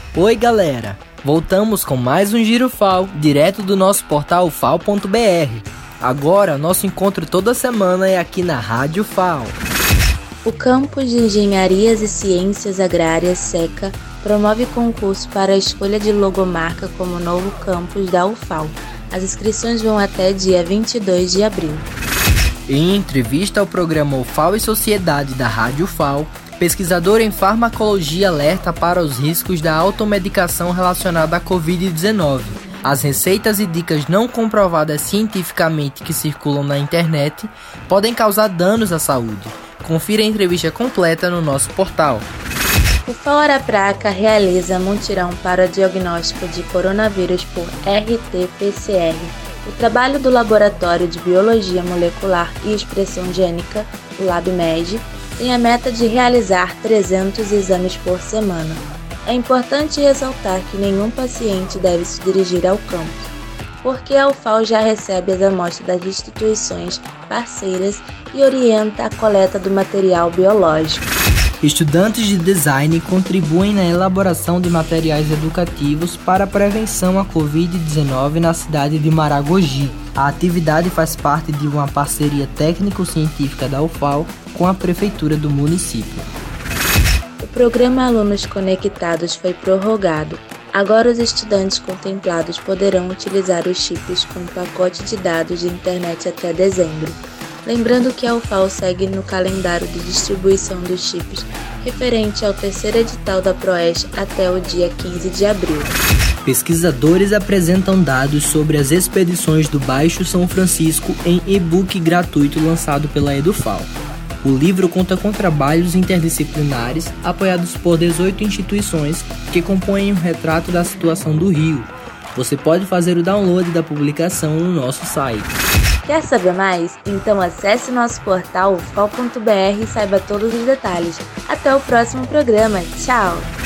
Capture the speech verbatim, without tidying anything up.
Oi galera, voltamos com mais um Giro F A O, direto do nosso portal F A O ponto B R. Agora, nosso encontro toda semana é aqui na Rádio F A O. O Campus de Engenharias e Ciências Agrárias, SECA, promove concurso para a escolha de logomarca como novo campus da U F A O. As inscrições vão até dia vinte e dois de abril. Em entrevista ao programa U F A O e Sociedade da Rádio F A O, pesquisador em farmacologia alerta para os riscos da automedicação relacionada à covid dezenove. As receitas e dicas não comprovadas cientificamente que circulam na internet podem causar danos à saúde. Confira a entrevista completa no nosso portal. O F A O Arapiraca realiza mutirão para diagnóstico de coronavírus por R T P C R. O trabalho do Laboratório de Biologia Molecular e Expressão Gênica, o LabMed, tem a meta de realizar trezentos exames por semana. É importante ressaltar que nenhum paciente deve se dirigir ao campus, porque a U F A O já recebe as amostras das instituições parceiras e orienta a coleta do material biológico. Estudantes de design contribuem na elaboração de materiais educativos para a prevenção à covid dezenove na cidade de Maragogi. A atividade faz parte de uma parceria técnico-científica da U F A O com a prefeitura do município. O programa Alunos Conectados foi prorrogado. Agora os estudantes contemplados poderão utilizar os chips com pacote de dados de internet até dezembro. Lembrando que a U F A O segue no calendário de distribuição dos chips referente ao terceiro edital da PROES até o dia quinze de abril. Pesquisadores apresentam dados sobre as expedições do Baixo São Francisco em e-book gratuito lançado pela EduFal. O livro conta com trabalhos interdisciplinares apoiados por dezoito instituições que compõem um retrato da situação do Rio. Você pode fazer o download da publicação no nosso site. Quer saber mais? Então acesse nosso portal U F A O ponto B R e saiba todos os detalhes. Até o próximo programa. Tchau!